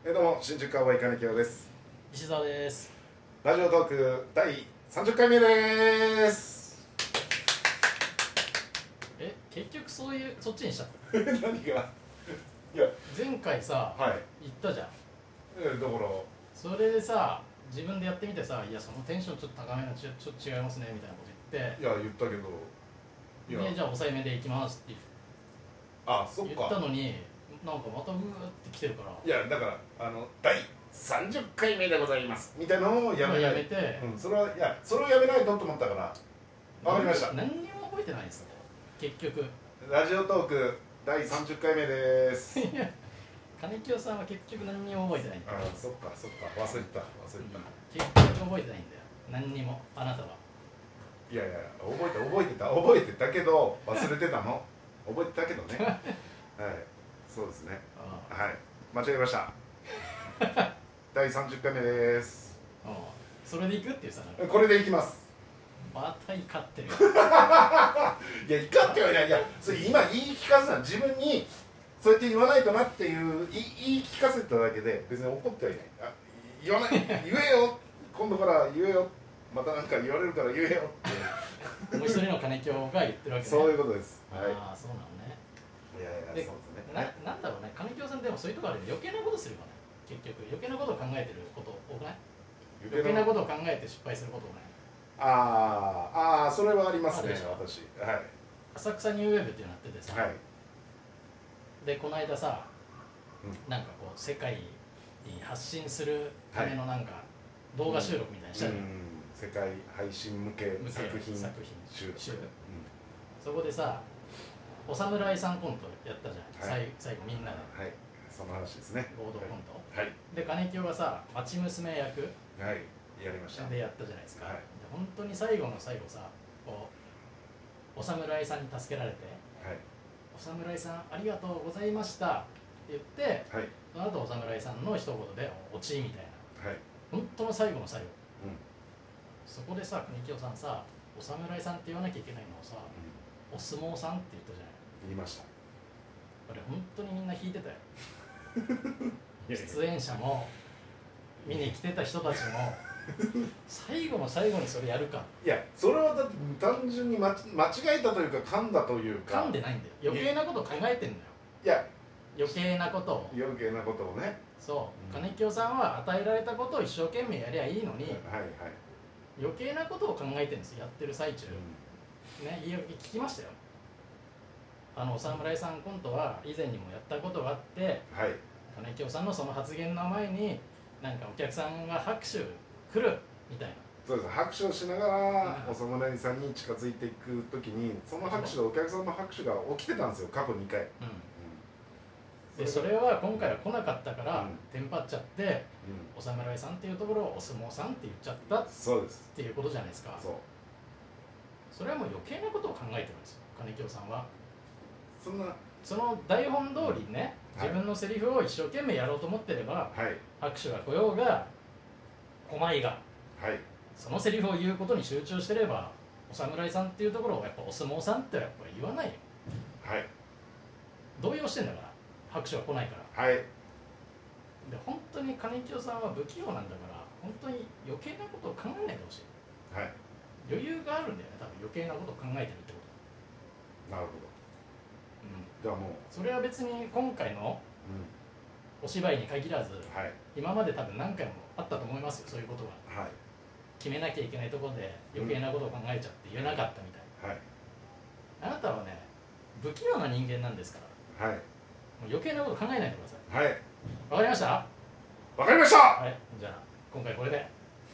どうも新宿カウボーイ金城です。 石澤です。 ラジオトーク第30回目です。 結局そっちにしちゃった。 何がいや前回さ、 はい言ったじゃん。 だからそれでさ、自分でやってみてさ、いやそのテンションちょっと高めなちょっと違いますねみたいなこと言って、 いや言ったけどでじゃあ抑えめでいきますってそっ言ったか。 のに、なんかまたうーって来てるから。 いやだから第30回目でございますみたいなのをやめない。 やめて、 それはそれをやめないとと思ったから。わかりました。 何にも覚えてないんですよ結局。 ラジオトーク第30回目です。 金清さんは結局何にも覚えてないんだよ。 そっか忘れた。 結局覚えてないんだよ。何にもあなたは。 いや覚えてたけど忘れてたの。覚えてたけどね。はい、そうですね。はい、間違えました。第30回目です。 それでいくっていうさ、 これでいきます。 また怒ってる。 いや怒ってはいない。いやそれ今言い聞かせた自分にそうやって言わないとなっていう言い聞かせただけで別に怒ってはいない。言わない言えよ今度から言えよ、またなんか言われるから言えよってもう一人の金京が言ってるわけね。 そういうことです。 ああ、そうなのね。 いやそうですね。 なんだろうね、金京さんでもそういうところある余計なことするかね。結局余計なことを考えてること多くない？余計なことを考えて失敗することもない。 それはありますね。私浅草ニューウェブっていうのやっててさ、でこの間さ、なんかこう世界に発信するためのなんか動画収録みたいにしたじゃん。 世界配信向け作品収録。 そこでさ、お侍さんコントやったじゃん、最後みんなで。 その話ですね。 合同コント。で金清がさ、町娘役やりましたでやったじゃないですか。本当に最後の最後さ、お侍さんに助けられて、お侍さんありがとうございましたって言って、その後お侍さんの一言でオチみたいな、本当の最後の最後、そこでさ、国清さんさ、お侍さんって言わなきゃいけないのをさ、お相撲さんって言ったじゃない。 言いました。 あれ本当にみんな引いてたよ。出演者も見に来てた人たちも最後の最後にそれやるか。 いやそれはだって単純に間違えたというか噛んだというか。 噛んでないんだよ。余計なことを考えてんだよ。 いや余計なことをね。 そう、金清さんは与えられたことを一生懸命やりゃいいのに、余計なことを考えてるんですよ、やってる最中。ね、聞きましたよ。お侍さんコントは以前にもやったことがあって、金清さんのその発言の前になんかお客さんが拍手来るみたいな。 そうです。拍手をしながらお侍さんに近づいていくときに、その拍手でお客さんの拍手が起きてたんですよ、過去2回。 でそれは今回は来なかったからテンパっちゃって、お侍さんっていうところをお相撲さんって言っちゃったっていうことじゃないですか。それはもう余計なことを考えてるんですよ、金清さんは。その台本通りね、自分のセリフを一生懸命やろうと思ってれば、拍手が来ようが来まいが、そのセリフを言うことに集中してれば、お侍さんっていうところをやっぱお相撲さんってやっぱり言わないよ。動揺してんだから、拍手が来ないから。で本当に金清さんは不器用なんだから、本当に余計なことを考えないでほしい。余裕があるんだよね、多分余計なことを考えてるってこと。 なるほど。じゃあもうそれは別に今回のお芝居に限らず、今まで多分何回もあったと思いますよ、そういうことが。決めなきゃいけないところで余計なことを考えちゃって言えなかったみたいな。あなたはね、不器用な人間なんですから、もう余計なこと考えないでください。わかりました？ わかりました。 じゃあ今回これで。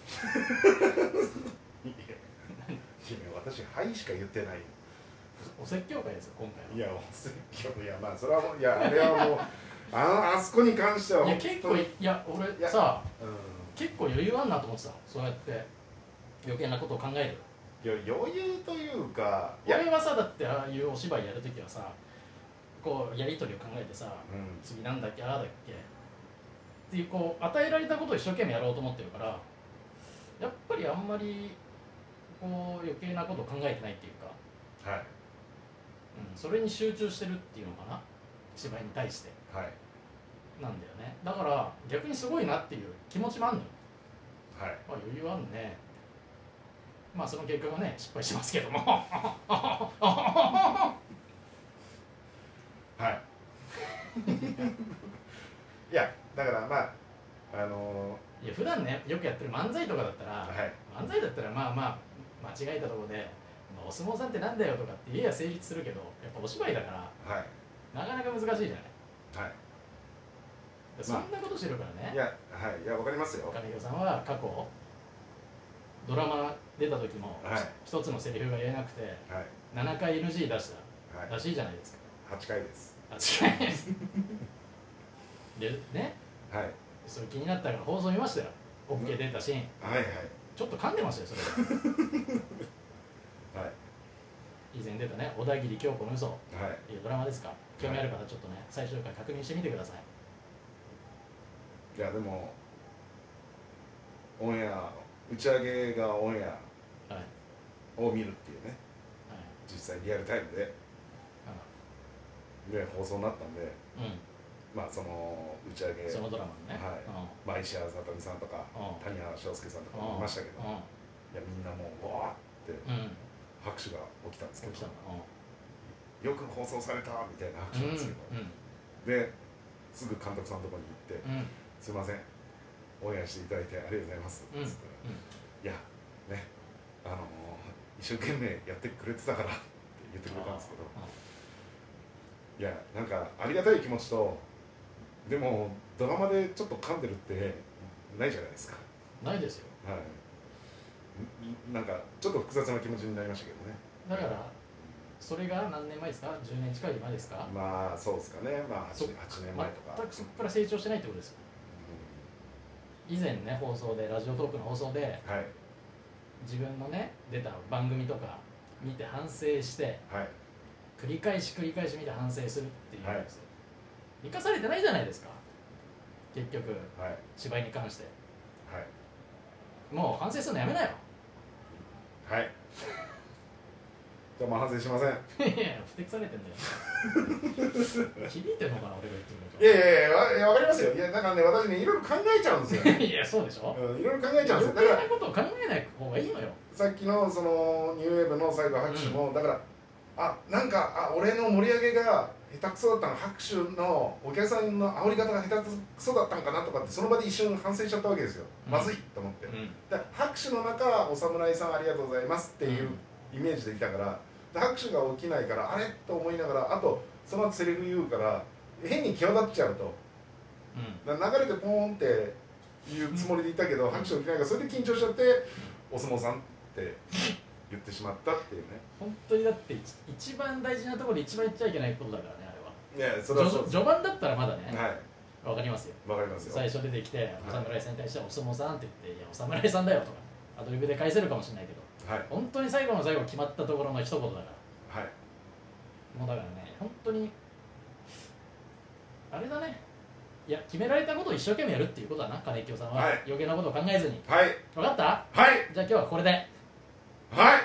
私はいしか言ってない。 お説教会ですよ今回は。 お説教、まあそれはもうあれはもうあそこに関しては結構俺さ、結構余裕あんなと思ってたの。そうやって余計なことを考える。 余裕というか、 俺はさ、だってああいうお芝居やるときはさ、こうやり取りを考えてさ、次なんだっけああだっけっていう、こう与えられたことを一生懸命やろうと思ってるから、やっぱりあんまりこう余計なことを考えてないっていうか、それに集中してるっていうのかな、芝居に対して。 なんだよね。だから逆にすごいなっていう気持ちもあるのよ。 はい、 余裕あるね。まあその結果がね失敗しますけどもはいいやだからまあいや普段ねよくやってる漫才とかだったら、 はい、 漫才だったらまあまあ間違えたところでお相撲さんってなんだよとかって言えば成立するけど、やっぱお芝居だから、 はい、 なかなか難しいじゃない。 はい、 そんなことしてるからね。 いや、はい、いやわかりますよ。 金城さんは過去ドラマ出た時も、 はい、 一つのセリフが言えなくて、 はい、 7回 NG 出したらしいじゃないですか。 8回です。 8回ですでね、 はい、 それ気になったから放送見ましたよ。 OK 出たシーン、 はいはい、 ちょっと噛んでましたよそれはい、 以前出たね小田切京子の嘘、 はい、 いうドラマですか。興味ある方ちょっとね最終回確認してみてください。 いやでもオンエア打ち上げがオンエアを見るっていうね、はい、実際リアルタイムで、で放送になったんで、まあその打ち上げそのドラマのね、 はい、石原さとみさんとか谷原章介さんとかもいましたけど、いやみんなもうわーって拍手が起きたんですけど、よく放送されたみたいな拍手なんですけど、ですぐ監督さんのところに行って「すいません応援していただいてありがとうございます」っつったら「いやね一生懸命やってくれてたから」って言ってくれたんですけど、いやなんかありがたい気持ちと、でもドラマでちょっと噛んでるってないじゃないですか。 ないですよ。 はい。なんかちょっと複雑な気持ちになりましたけどね。 だからそれが何年前ですか。10年近い前ですか。 まあそうですかね。まあ 8年前とか。 全くそこから成長してないってことですよ。以前ね放送でラジオトークの放送で、はい、自分のね出た番組とか見て反省して、はい、繰り返し見て反省するっていうんですよ。生かされてないじゃないですか結局、はい、芝居に関して、はい、もう反省するのやめなよ。 はいじゃあもう反省しません。 いや不適されてんだよ響いてんのかな俺が言ってるのか。 いや分かりますよ。いやだからね私ねいろいろ考えちゃうんですよいやそうでしょ、 いろいろ考えちゃうんですよ。だから余計なことを考えない方がいいのよ。 さっきのそのニューウェーブの最後拍手も、だからなんか俺の盛り上げが下手くそだったの、拍手のお客さんの煽り方が下手くそだったんかなとかってその場で一瞬反省しちゃったわけですよ。まずいと思って、だから拍手の中はお侍さんありがとうございますっていうイメージでいたから、拍手が起きないからあれと思いながら、あとその後セリフ言うから変に際立っちゃうと、流れてポーンっていうつもりでいたけど、拍手起きないからそれで緊張しちゃってお相撲さんって言ってしまったっていうね。 本当にだって一番大事なところで一番言っちゃいけないことだからねあれは。 いやそれはそうです。 序盤だったらまだね、 はい、 わかりますよ。 わかりますよ。 最初出てきてお侍さんに対してお相撲さんって言って、いやお侍さんだよとかアドリブで返せるかもしれないけど、はい、本当に最後の最後決まったところの一言だから、はい、もうだからね本当にあれだね。いや決められたことを一生懸命やるっていうことだな金清さんは、はい、余計なことを考えずに。はい、分かった。はい、じゃあ今日はこれで。 はい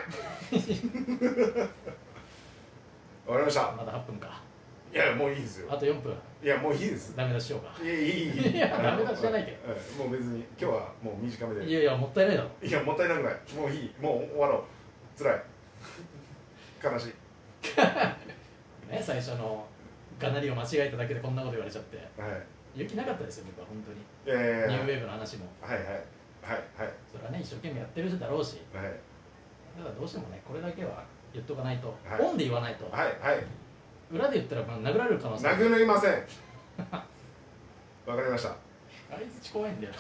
わかりました。 まだ8分か。 いやもういいですよ。 あと4分。 いやもういいです。 ダメ出ししようか。 いやいいいやダメ出しじゃないけど、もう別に今日はもう短めで。 いやいやもったいないだろ。 いやもったいなくない。もういい、もう終わろう。つらい悲しいね、最初のがなりを間違えただけでこんなこと言われちゃって、はい、勇気なかったですよ僕は本当に。ニューウェーブの話もはいはいはいはい、それはね一生懸命やってるだろうし、はい、だからどうしてもねこれだけは言っとかないと、はい、オンで言わないと、はいはい、裏で言ったら殴られる可能性。 殴りませんわかりました。 相づち怖いんだよ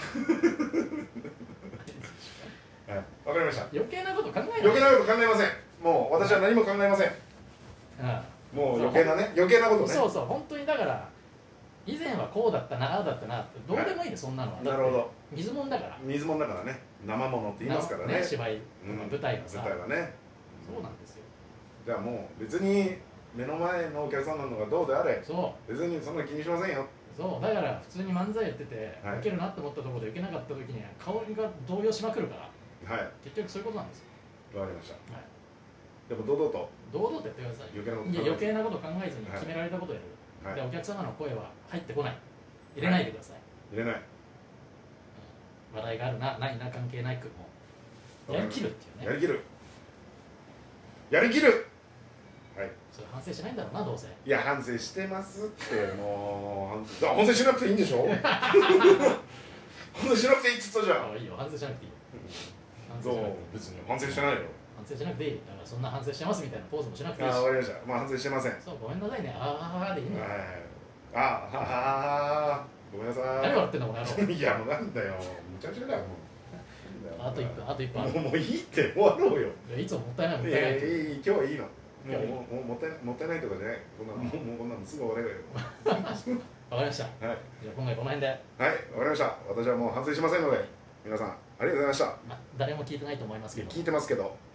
はい、わかりました。 余計なこと考えない。 余計なこと考えません。もう私は何も考えません。もう余計なことね。 そうそう本当にだから以前はこうだったなああだったなってどうでもいいで、そんなのは。 なるほど。 水もんだから。 水もんだからね。生ものって言いますからね。 芝居とか舞台はさ。 舞台はね。 そうなんですよ。 じゃあもう別に目の前のお客さんなのがどうであれ、別にそんな気にしませんよ。 そうだから普通に漫才やってて受けるなって思ったところで受けなかった時には顔が動揺しまくるから、はい、結局そういうことなんですよ。 わかりました。はい。でも堂々とやってください。余計なこと考えずに決められたことをやる。でお客様の声は入ってこない。 入れないでください。 入れない。 笑いがあるなないな関係なくもうやりきるっていうね。 やりきる。やりきる。はい。 それ反省しないんだろうなどうせ。 いや反省してますってもう反省しなくていいんでしょ。反省しなくていいって言ったじゃん。 いいよ反省しなくていいよ。 そう別に反省してないよ。 反省しなくていい。だからそんな反省してますみたいなポーズもしなくていいし。 ああ、わかりました。まあ反省してません。 そうごめんなさいね。ああでいいんだよ。 ああごめんなさい。 何笑ってんだこの野郎。 いやもうなんだよ。むちゃくちゃだよもう。 あと1分あと1分。 もういいって終わろうよ。 いつももったいないもったいない。 今日はいいの。もうもったいないとかじゃない。こんなもうこんなのすぐ終われるよ。 わかりました。はい。じゃあ今回この辺で。はい、 わかりました。私はもう反省しませんので、皆さんありがとうございました。 誰も聞いてないと思いますけど。 聞いてますけど。